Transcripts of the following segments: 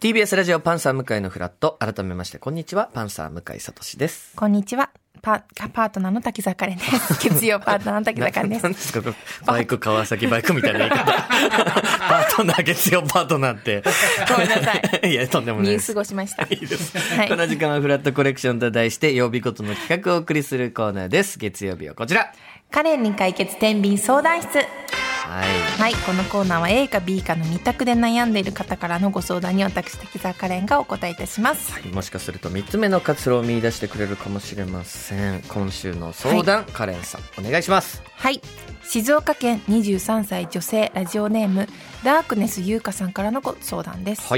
TBS ラジオパンサー向井のフラット。改めましてこんにちは、パンサー向井聡です。 こんにちは、パートナーの滝沢カレンです。月曜パートナーの滝沢カレンです。 何ですかバイク、川崎バイクみたいな言い方。パートナー、月曜パートナーって。 ごめんなさい。 いや、とんでもないです。 見過ごしました。 いいです、 はい、 この時間はフラットコレクションと題して曜日ごとの企画をお送りするコーナーです。月曜日はこちら、 カレンに解決天秤相談室。はい、このコーナーは A か B かの2択で悩んでいる方からのご相談に私滝沢カレンがお答えいたします。 はい、もしかすると3つ目の活路を見出してくれるかもしれません。今週の相談、はい、カレンさんお願いします。 はい、静岡県23歳女性ラジオネームダークネス優香さんからのご相談です。 はい、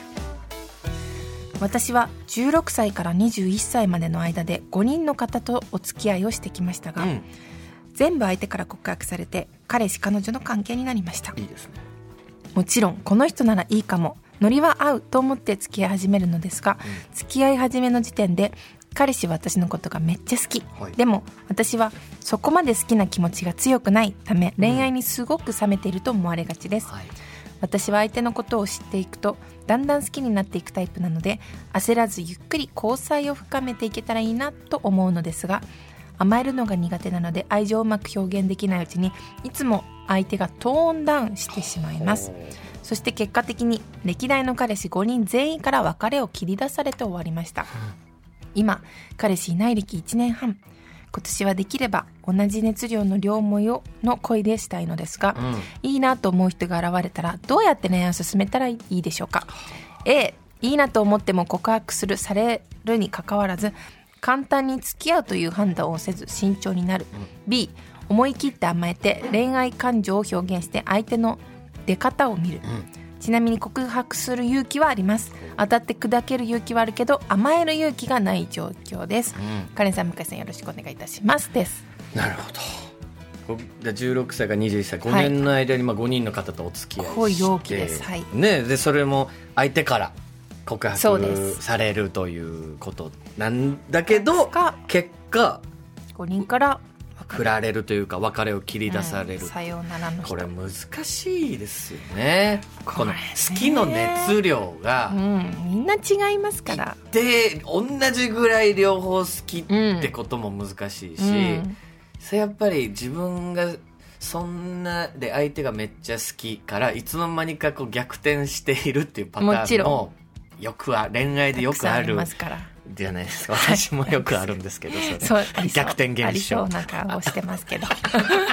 私は16歳から21歳までの間で5人の方とお付き合いをしてきましたが、全部相手から告白されて彼氏彼女の関係になりました。 いいですね。 もちろんこの人ならいいかも、ノリは合うと思って付き合い始めるのですが、付き合い始めの時点で彼氏は私のことがめっちゃ好き、はい、でも私はそこまで好きな気持ちが強くないため恋愛にすごく冷めていると思われがちです、はい、私は相手のことを知っていくとだんだん好きになっていくタイプなので、焦らずゆっくり交際を深めていけたらいいなと思うのですが、甘えるのが苦手なので愛情をうまく表現できないうちにいつも相手がトーンダウンしてしまいます。そして結果的に歴代の彼氏5人全員から別れを切り出されて終わりました。今彼氏いない歴1年半、今年はできれば同じ熱量の両思いをの恋でしたいのですが、いいなと思う人が現れたらどうやって恋愛を進めたらいいでしょうか。 A、 いいなと思っても告白するされるに関わらず簡単に付き合うという判断をせず慎重になる。 B、 思い切って甘えて恋愛感情を表現して相手の出方を見る、ちなみに告白する勇気はあります。当たって砕ける勇気はあるけど甘える勇気がない状況です、カレンさん向井さんよろしくお願いいたしますです。 なるほど。16歳から21歳5年の間に5人の方とお付き合いして、 濃い陽気です、はいね、でそれも相手から告白されるということなんだけど、結果 5人から振られるというか別れを切り出される、 さようならの人。 これ難しいですよね。この好きの熱量が、 みんな違いますからで同じぐらい両方好きってことも難しいし、それやっぱり自分がそんなで相手がめっちゃ好きからいつの間にかこう逆転しているっていうパターンもよくは恋愛でよくあるじゃないですか。私もよくあるんですけど、それ逆転現象ありそうな顔してますけどこ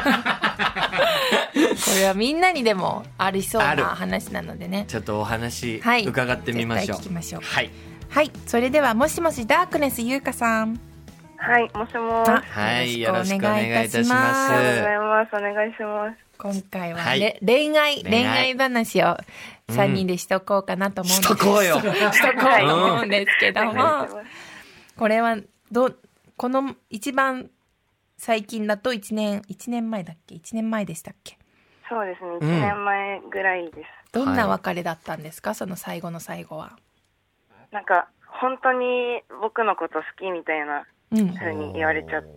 れはみんなにでもありそうな話なのでね、 ちょっとお話伺ってみましょう。 絶対聞きましょう。 はい、 はい、それではもしもしダークネス優香さん。 はい、もしもし。 はい、よろしくお願いいたします。 お願いします。 今回は、恋愛話を3人でしとこうかなと思うんです、 しとこうよしとこうと思うんですけども、これはこの一番最近だと1年前だっけ1年前でしたっけ。 そうですね、1年前ぐらいです、 どんな別れだったんですか、その最後の最後は。 なんか本当に僕のこと好きみたいな風に言われちゃって、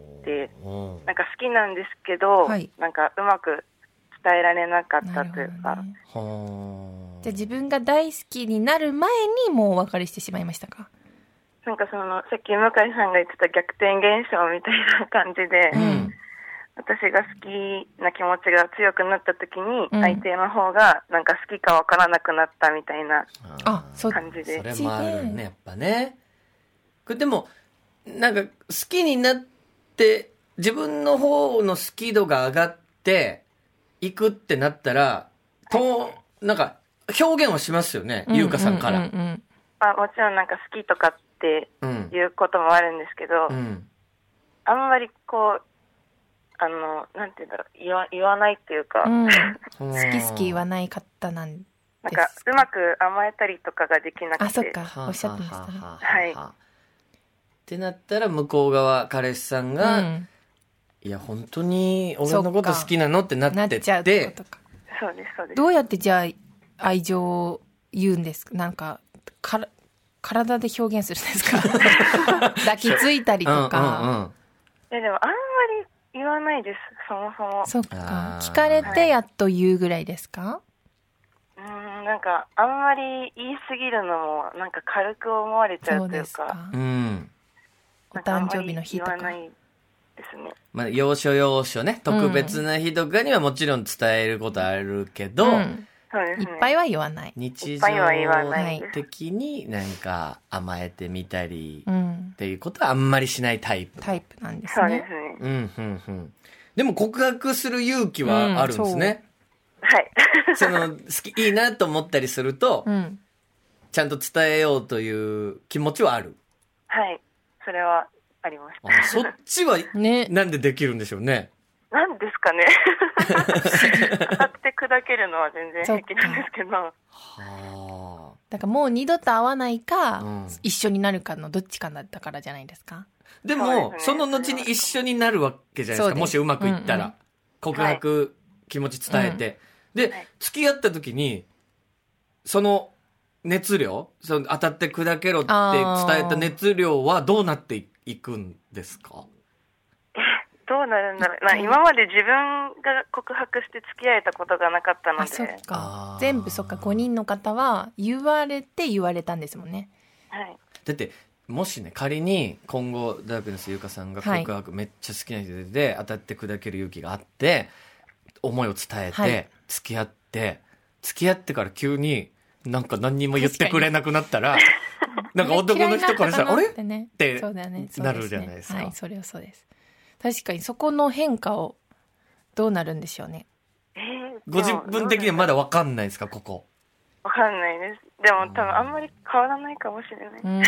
なんか好きなんですけど、なんかうまく伝えられなかったというか、 じゃあ自分が大好きになる前にもうお別れしてしまいましたか。 なんかさっき向井さんが言ってた逆転現象みたいな感じで、私が好きな気持ちが強くなった時に、相手の方がなんか好きか分からなくなったみたいな感じで。 それもあるね、やっぱね。これでもなんか好きになって自分の方の好き度が上がっていくってなったらなんか表現をしますよね、優香さんから。 もちろんなんか好きとかっていうこともあるんですけど、あんまりこうなんていうんだろう、言わないっていうか、 好き言わない方なんです。 なんかうまく甘えたりとかができなくて。 そっか、おっしゃってましたね。 はい。 ってなったら向こう側彼氏さんが、いや本当に俺のこと好きなのってなってって、 そうですそうです。 どうやってじゃあ愛情を言うんですか。なんか体で表現するんですか抱きついたりとか。 でもあんまり言わないです、そもそも。 そっか、聞かれてやっと言うぐらいですか。 なんかあんまり言い過ぎるのもなんか軽く思われちゃうというか、 お誕生日の日とか言わないですね。 まあ、要所要所ね、特別な日とかにはもちろん伝えることあるけど、 そうですね、 いっぱいは言わない。 日常的になんか甘えてみたりっていうことはあんまりしないタイプなんですね。 そうですね。でも告白する勇気はあるんですね。 はい。 そのいいなと思ったりすると、ちゃんと伝えようという気持ちはある。 はい。それはありました。 そっちはなんでできるんでしょうね。 なんですかね。当たって砕けるのは全然平気なんですけど。だからもう二度と会わないか、一緒になるかのどっちかだったからじゃないですか。 でも、その後に一緒になるわけじゃないですか。もしうまくいったら。告白、気持ち伝えて。で、付き合った時に、その熱量、その当たって砕けろって伝えた熱量はどうなっていくんですか？ どうなるんだろう。今まで自分が告白して付き合えたことがなかったので。 そっか。全部そっか、5人の方は言われて言われたんですもんね。 はい。 だって、もしね、仮に今後ダークネスゆかさんが告白めっちゃ好きな人で当たって砕ける勇気があって、思いを伝えて、付き合ってから急になんか何にも言ってくれなくなったら、なんか男の人からしたら、あれってなるじゃないですか。 はい、それはそうです。確かにそこの変化をどうなるんでしょうね。 ご自分的にはまだ分かんないですか、ここ。 分かんないです。でも多分あんまり変わらないかもしれない。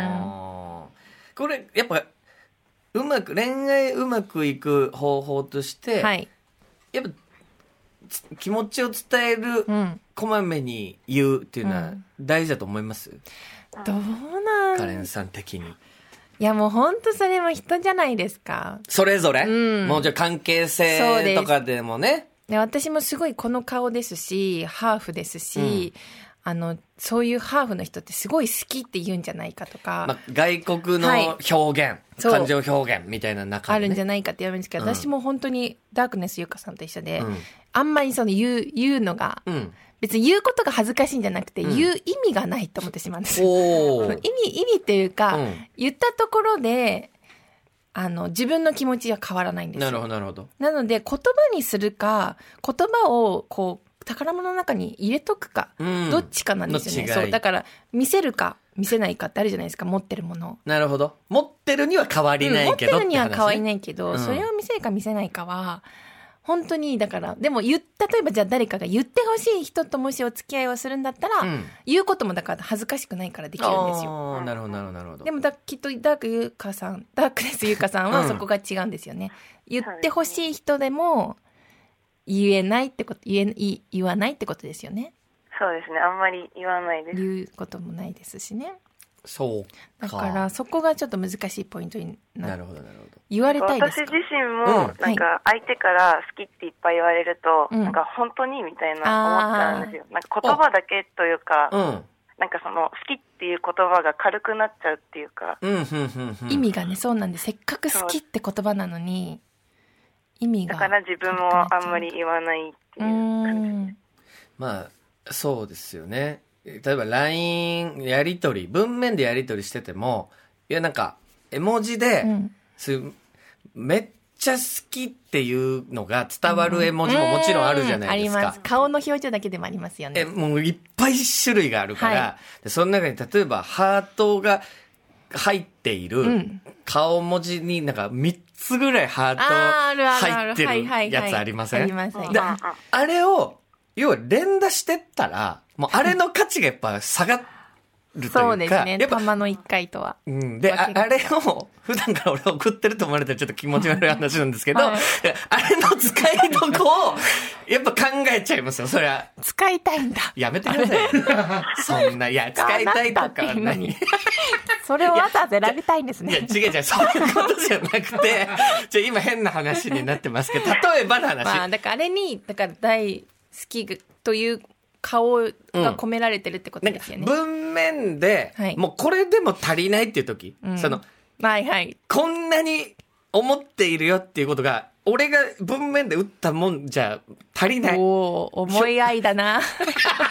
これやっぱ恋愛うまくいく方法として、やっぱ気持ちを伝える、こまめに言うっていうのは大事だと思います？ どうなんカレンさん的に。 いやもう本当それも人じゃないですか。 それぞれ、もうじゃあ関係性とかでもね。 で私もすごいこの顔ですし、ハーフですし、そういうハーフの人ってすごい好きって言うんじゃないかとか。 外国の表現、感情表現みたいな中で、ね、 あるんじゃないかって言われるんですけど、私も本当にダークネスゆかさんと一緒で、あんまりその言うのが、別に言うことが恥ずかしいんじゃなくて、言う意味がないと思ってしまうんですよ。意味っていうか、言ったところで、自分の気持ちは変わらないんですよ。 なるほど、なるほど。 なので、言葉にするか、言葉をこう、宝物の中に入れとくか、どっちかなんですよね。そう。だから、見せるか、見せないかってあるじゃないですか、持ってるものを。 なるほど。持ってるには変わりないけど、 持ってるには変わりないけど、それを見せるか見せないかは、本当に、だから、でも例えばじゃあ誰かが言ってほしい人ともしお付き合いをするんだったら、言うこともだから恥ずかしくないからできるんですよ。 なるほど、なるほど。 でもきっとダークネスゆかさんはそこが違うんですよね。言ってほしい人でも言えないってこと、言わないってことですよね。 そうですね。あんまり言わないです。 言うこともないですしね。 そうだからそこがちょっと難しいポイントになるほど、なるほど。 言われたいですか？ 私自身もなんか相手から好きっていっぱい言われると、なんか本当にみたいな思っちゃうんですよ。なんか言葉だけというか、なんかその好きっていう言葉が軽くなっちゃうっていうか、 意味がね、そうなんで、せっかく好きって言葉なのに意味がだから自分もあんまり言わないっていう感じです。 まあそうですよね。例えば LINE やり取り、文面でやり取りしてても、いやなんか絵文字で、めっちゃ好きっていうのが伝わる絵文字ももちろんあるじゃないですか。 あります。顔の表情だけでもありますよね。 もういっぱい種類があるから、でその中に例えばハートが入っている顔文字になんか3つぐらいハート入ってるやつありません？あれを要は連打してったら、もうあれの価値がやっぱ下がるというか。 そうですね。玉の1回とは。 で、あれを、普段から俺送ってると思われたらちょっと気持ち悪い話なんですけど、あれの使いどこを、やっぱ考えちゃいますよ、そりゃ。 使いたいんだ。 やめてください。そんな、いや、使いたいとかは何？ それをわざわざ選びたいんですね。 いや、違う、そういうことじゃなくて、今変な話になってますけど、例えばの話。 まあ、だからあれに、だから大好きという顔が込められてるってことですよね。 文面で、もうこれでも足りないっていう時、こんなに思っているよっていうことが俺が文面で打ったもんじゃ足りない。 おー、重い愛だな。重いな。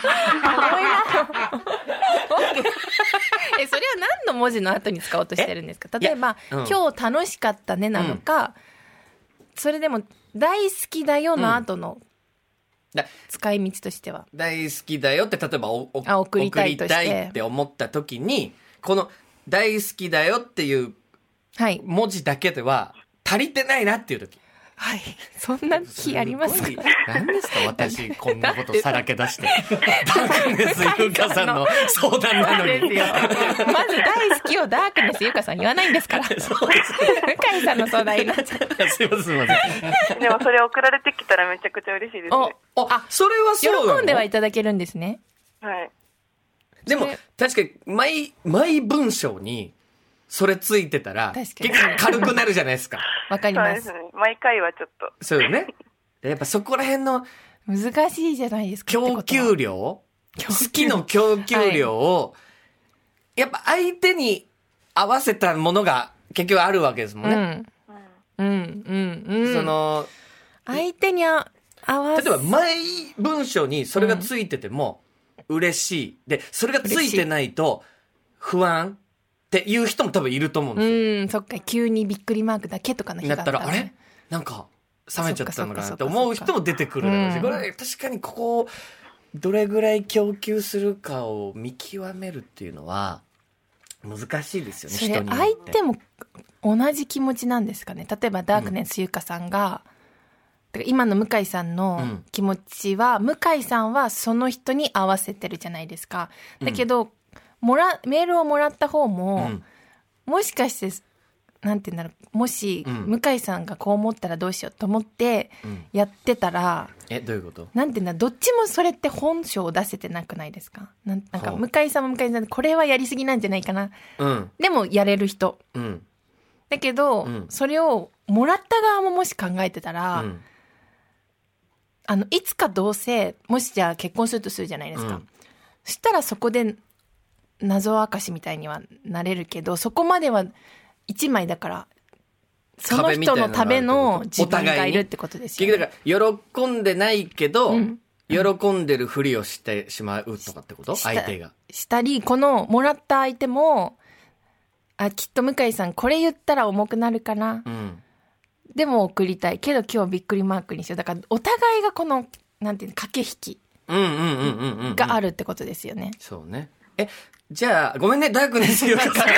それは何の文字の後に使おうとしてるんですか？例えば、今日楽しかったねなのか、それでも大好きだよの後の使い道としては。 大好きだよって、例えば送りたいとして送りたいって思った時に、この大好きだよっていう文字だけでは足りてないなっていう時。 はい。そんな日ありますか？ 何ですか私、こんなことさらけ出して。ダークネスゆかさんの相談なのに。 ですよ。まず大好きをダークネスゆかさん言わないんですから。そうです。向井さんの相談になっちゃった。 すいません、すいません。 でもそれ送られてきたらめちゃくちゃ嬉しいですね。 あ、それはそうなの？ 喜んではいただけるんですね。 はい。 でも、確かに、毎文章に、それついてたら、結構軽くなるじゃないですか。 わかります。 そうですね。毎回はちょっと。 そうよね。やっぱそこら辺の、 難しいじゃないですか。 供給量好きの供給量を、やっぱ相手に合わせたものが結局あるわけですもんね。その、 相手に合わせ、 例えば毎文章にそれがついてても嬉しい。で、それがついてないと不安っていう人も多分いると思うんですよ。 そっか、急にびっくりマークだけとかの日があったら、 あれなんか冷めちゃったのかなって思う人も出てくるだろうし、これ確かにここをどれぐらい供給するかを見極めるっていうのは難しいですよね。 それ相手も同じ気持ちなんですかね。例えばダークネスゆかさんが、今の向井さんの気持ちは、向井さんはその人に合わせてるじゃないですか。だけど、メールをもらった方も、もしかして、なんて言うんだろう、もし、向井さんがこう思ったらどうしようと思ってやってたら、 どういうこと？ なんて言うんだ、どっちもそれって本性を出せてなくないですか？なんか向井さんも向井さんで、これはやりすぎなんじゃないかな。でもやれる人。だけど、それをもらった側ももし考えてたら、いつかどうせ、もしじゃあ結婚するとするじゃないですか。そしたらそこで謎明かしみたいにはなれるけど、そこまでは一枚だから、その人のための自分がいるってことですよね。 だから喜んでないけど、喜んでるふりをしてしまうとかってこと？相手が。 したり、このもらった相手も、きっと向井さんこれ言ったら重くなるかな。でも送りたいけど今日びっくりマークにしよう。だからお互いがこのなんていうの駆け引きがあるってことですよね。 そうね。じゃあごめんね、ダークネスゆかさん。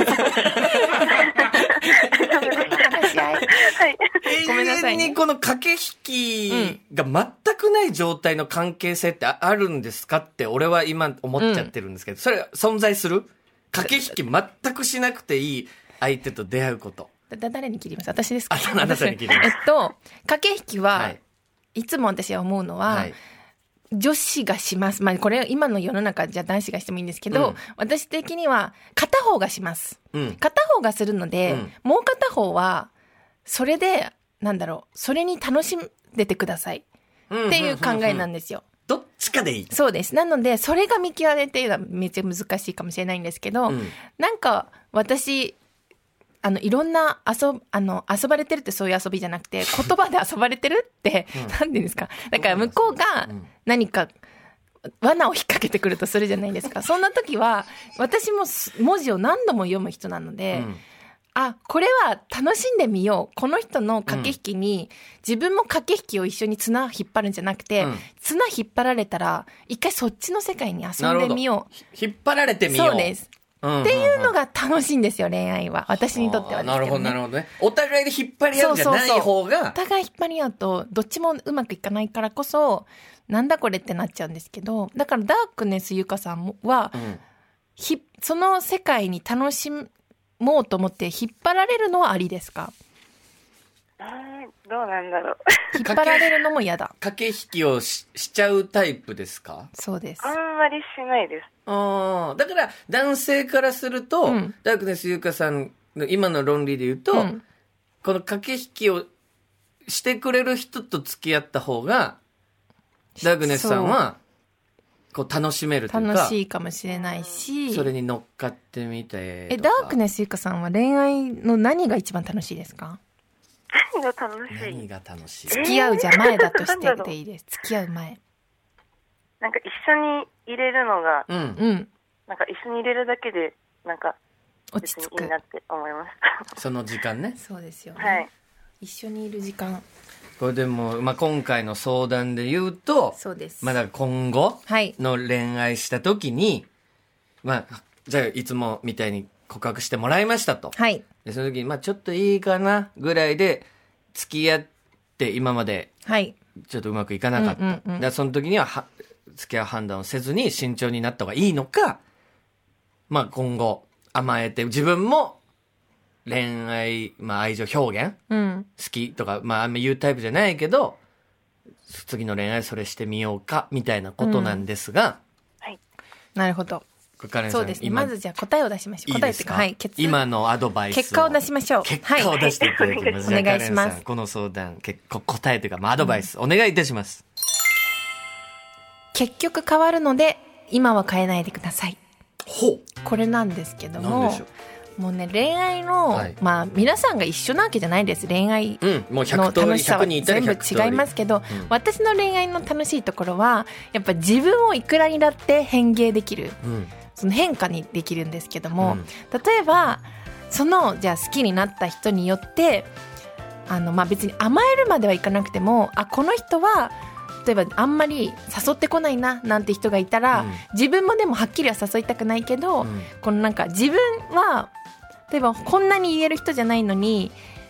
ごめんなさい、ね。 永遠にこの駆け引きが全くない状態の関係性ってあるんですかって俺は今思っちゃってるんですけど、それ存在する？駆け引き全くしなくていい相手と出会うこと。 誰に切ります？私ですか？ あなたに切ります。 駆け引きは、いつも私は思うのは、女子がします。これ今の世の中じゃ男子がしてもいいんですけど、私的には片方がします。片方がするので、もう片方は、それで、それに楽しんでてください。っていう考えなんですよ。 どっちかでいい。 そうです。なので、それが見極めっていうのはめっちゃ難しいかもしれないんですけど、なんか私、いろんな遊ばれてるってそういう遊びじゃなくて、言葉で遊ばれてるって、なんていうんですか。だから向こうが何か罠を引っ掛けてくるとするじゃないですか。そんな時は、私も文字を何度も読む人なので、これは楽しんでみよう。この人の駆け引きに、自分も駆け引きを一緒に綱引っ張るんじゃなくて、綱引っ張られたら、一回そっちの世界に遊んでみよう。 引っ張られてみよう。 そうです。っていうのが楽しいんですよ、恋愛は。私にとってはですけどね。 なるほどね。お互いで引っ張り合うんじゃない方が。 お互い引っ張り合うと、どっちもうまくいかないからこそ、なんだこれってなっちゃうんですけど、だからダークネスゆかさんは、その世界に楽しもうと思って引っ張られるのはありですか？ どうなんだろう。 引っ張られるのも嫌だ。 駆け引きを しちゃうタイプですか？ そうです。 あんまりしないです。 だから男性からすると、ダークネスゆかさんの今の論理で言うと、この駆け引きをしてくれる人と付き合った方が、ダークネスさんはこう楽しめるというか、 楽しいかもしれないし、 それに乗っかってみて。 ダークネスゆかさんは恋愛の何が一番楽しいですか？ が楽しい？ 何が楽しい？ 付き合うじゃ前だとしてでいいです。付き合う前。 なんか一緒に入れるのが、 うん。 なんか一緒に入れるだけでなんか落ち着く。 いいなって思いました。 その時間ね。 そうですよね。 はい。 一緒にいる時間。 これでも、今回の相談で言うと、 そうです。 まだ今後の恋愛した時に、じゃあいつもみたいに告白してもらいましたと。 はい。 で、その時に、ちょっといいかなぐらいで付き合って今まで、ちょっとうまくいかなかった。だからその時には付き合う判断をせずに慎重になった方がいいのか、今後甘えて自分も恋愛、愛情表現、好きとか、あんま言うタイプじゃないけど、次の恋愛それしてみようか、みたいなことなんですが。 はい。 なるほど。そうですね。まずじゃあ答えを出しましょう。答えっていうか、 今のアドバイスを。 結果を出しましょう。 結果を出していただきます。 お願いします。 この相談、答えというか、アドバイス、お願いいたします。 結局変わるので、今は変えないでください。 ほう。 これなんですけども。 なんでしょう。 もうね、恋愛の、皆さんが一緒なわけじゃないです。恋愛の楽しさは全部違いますけど、私の恋愛の楽しいところは、やっぱ自分をいくらにだって変形できる。その変化にできるんですけども、例えば、じゃあ好きになった人によって、別に甘えるまではいかなくても、この人は、例えばあんまり誘ってこないななんて人がいたら、自分もでもはっきりは誘いたくないけど、このなんか自分は例えばこんなに言える人じゃないのに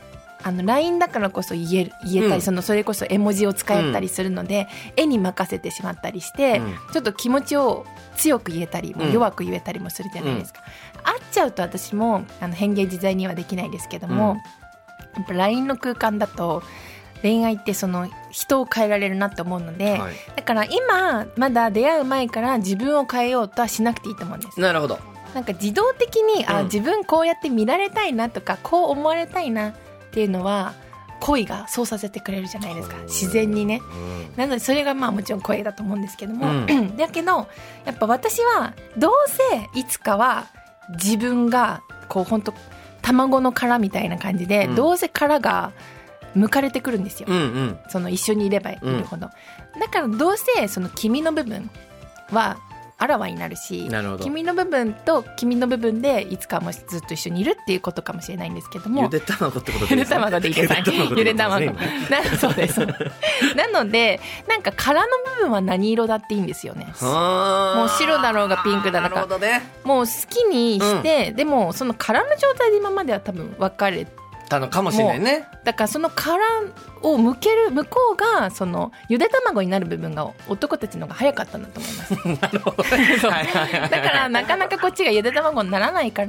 LINE だからこそ言えたり、それこそ絵文字を使えたりするので、絵に任せてしまったりして、ちょっと気持ちを強く言えたり、弱く言えたりもするじゃないですか。会っちゃうと私も変幻自在にはできないですけども、やっぱ LINE の空間だと恋愛って人を変えられるなって思うので、だから今まだ出会う前から自分を変えようとはしなくていいと思うんです。 なるほど。 なんか自動的に自分こうやって見られたいなとか、こう思われたいなっていうのは恋がそうさせてくれるじゃないですか、自然にね。なのでそれがもちろん恋だと思うんですけども、だけどやっぱ私はどうせいつかは自分が本当卵の殻みたいな感じで、どうせ殻が向かれてくるんですよ、一緒にいればいるほど、だからどうせ君の部分はあらわになるし、君の部分と君の部分でいつかもずっと一緒にいるっていうことかもしれないんですけども、 ゆで卵ってことでゆで卵でいいですゆで卵そうですなのでなんか殻の部分は何色だっていいんですよね。もう白だろうがピンクだろうが、もう好きにして、でもその殻の状態で今までは多分別れたのかもしれないね。だからその殻を向ける向こうがゆで卵になる部分が男たちの方が早かったんだと思いますなるほどだからなかなかこっちがゆで卵にならないから、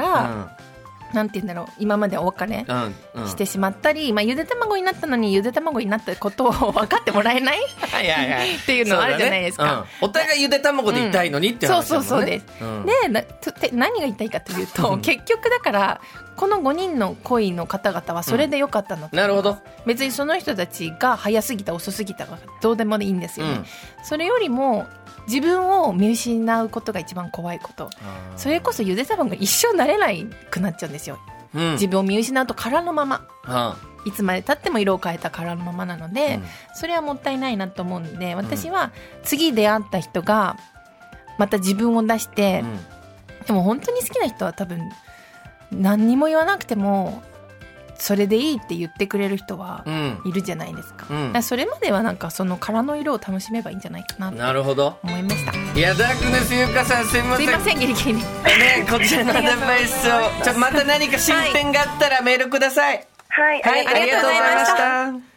なんて言うんだろう、今までお別れしてしまったり、ゆで卵になったのにゆで卵になったことを分かってもらえないっていうのはあるじゃないですか。 お互いゆで卵でいたいのにって話だもんね。 そうです。で何が言いたいかというと結局だからこの5人の恋の方々はそれでよかったの、 なるほど。 別にその人たちが早すぎた遅すぎたがどうでもいいんですよね、それよりも自分を見失うことが一番怖いこと。それこそゆで卵が一生なれなくなっちゃうんですよ、自分を見失うと殻のまま、いつまで経っても色を変えた殻のままなので、それはもったいないなと思うので、私は次出会った人がまた自分を出して、でも本当に好きな人は多分何にも言わなくてもそれでいいって言ってくれる人はいるじゃないですか、だからそれまではなんかその殻の色を楽しめばいいんじゃないかなと思いました。 いやダークネスゆかさんすいませんギリギリねこちらのアドバイスをまた何か進展があったらメールください。 はい、 ありがとうございました。